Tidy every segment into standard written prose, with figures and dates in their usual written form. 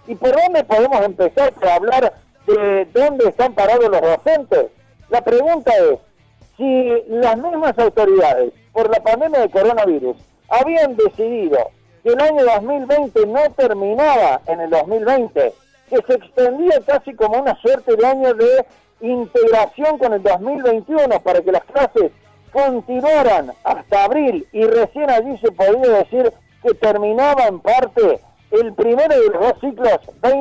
¿Y por dónde podemos empezar a hablar de dónde están parados los docentes? La pregunta es, si las mismas autoridades, por la pandemia de coronavirus, habían decidido que el año 2020 no terminaba en el 2020, que se extendía casi como una suerte de año de integración con el 2021 para que las clases continuaran hasta abril y recién allí se podía decir que terminaba en parte el primero de los dos ciclos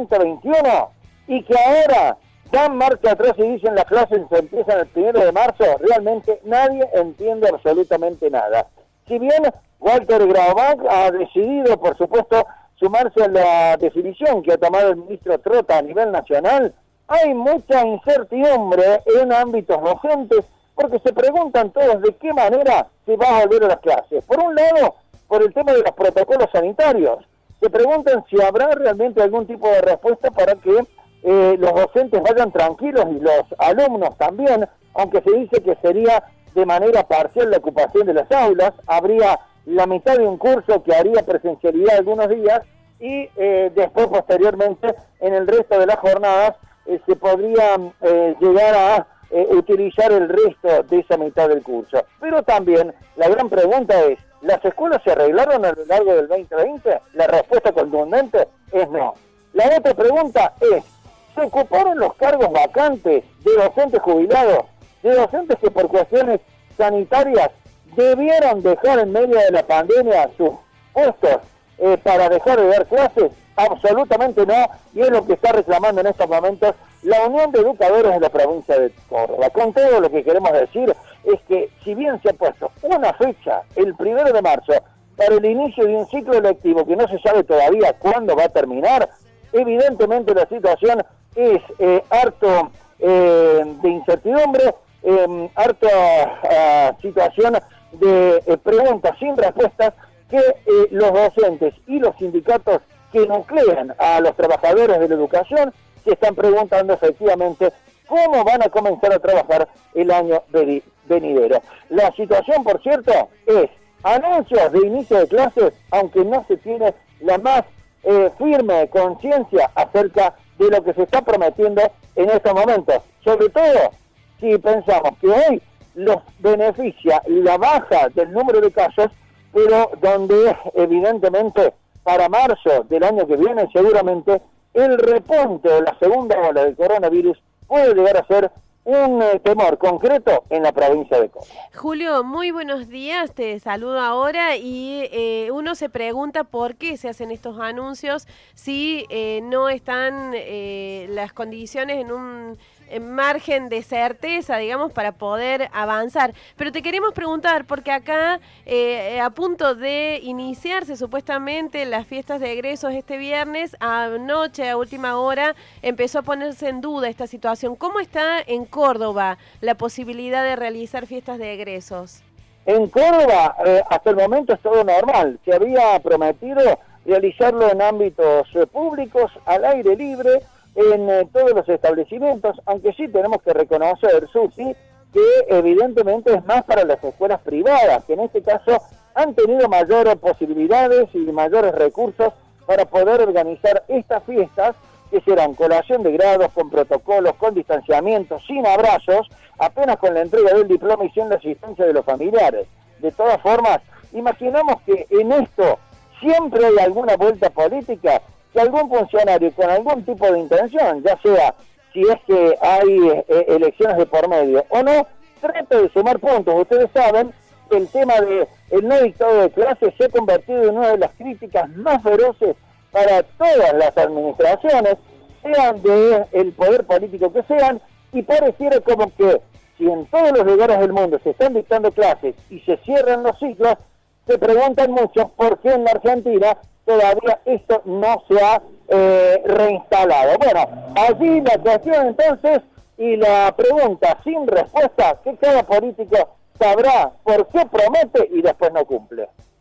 2021 y que ahora dan marcha atrás y dicen las clases se empiezan el 1 de marzo, realmente nadie entiende absolutamente nada. Si bien Walter Graubach ha decidido, por supuesto, sumarse a la definición que ha tomado el ministro Trota a nivel nacional, hay mucha incertidumbre en ámbitos docentes porque se preguntan todos de qué manera se va a volver a las clases. Por un lado, por el tema de los protocolos sanitarios. Se preguntan si habrá realmente algún tipo de respuesta para que los docentes vayan tranquilos y los alumnos también, aunque se dice que sería de manera parcial la ocupación de las aulas, habría la mitad de un curso que haría presencialidad algunos días y después posteriormente en el resto de las jornadas se podría llegar a utilizar el resto de esa mitad del curso. Pero también la gran pregunta es, ¿las escuelas se arreglaron a lo largo del 2020? La respuesta contundente es no. La otra pregunta es, ¿se ocuparon los cargos vacantes de docentes jubilados, de docentes que por cuestiones sanitarias debieron dejar en medio de la pandemia sus puestos para dejar de dar clases? Absolutamente no, y es lo que está reclamando en estos momentos la Unión de Educadores de la provincia de Córdoba. Con todo lo que queremos decir es que si bien se ha puesto una fecha, el 1 de marzo, para el inicio de un ciclo lectivo que no se sabe todavía cuándo va a terminar, evidentemente la situación es harto de incertidumbre, harta situación de preguntas sin respuestas que los docentes y los sindicatos que nuclean a los trabajadores de la educación se están preguntando efectivamente cómo van a comenzar a trabajar el año venidero. La situación, por cierto, es anuncios de inicio de clases, aunque no se tiene la más firme conciencia acerca de lo que se está prometiendo en estos momentos. Sobre todo, si pensamos que hoy los beneficia la baja del número de casos, pero donde evidentemente para marzo del año que viene seguramente el repunte o la segunda ola del coronavirus puede llegar a ser un temor concreto en la provincia de Córdoba. Julio, muy buenos días, te saludo ahora y uno se pregunta por qué se hacen estos anuncios si no están las condiciones en margen de certeza, digamos, para poder avanzar. Pero te queremos preguntar, porque acá, a punto de iniciarse supuestamente las fiestas de egresos este viernes, anoche a última hora empezó a ponerse en duda esta situación. ¿Cómo está en Córdoba la posibilidad de realizar fiestas de egresos? En Córdoba, hasta el momento es todo normal. Se había prometido realizarlo en ámbitos públicos, al aire libre, en todos los establecimientos, aunque sí tenemos que reconocer, Susi, que evidentemente es más para las escuelas privadas, que en este caso han tenido mayores posibilidades y mayores recursos para poder organizar estas fiestas, que serán colación de grados, con protocolos, con distanciamiento, sin abrazos, apenas con la entrega del diploma y sin la asistencia de los familiares. De todas formas, imaginamos que en esto siempre hay alguna vuelta política, que algún funcionario con algún tipo de intención, ya sea si es que hay elecciones de por medio o no, trata de sumar puntos. Ustedes saben que el tema del no dictado de clases se ha convertido en una de las críticas más feroces para todas las administraciones, sean del poder político que sean, y pareciera como que si en todos los lugares del mundo se están dictando clases y se cierran los ciclos, se preguntan mucho por qué en la Argentina todavía esto no se ha reinstalado. Bueno, allí la cuestión entonces y la pregunta sin respuesta, que cada político sabrá por qué promete y después no cumple.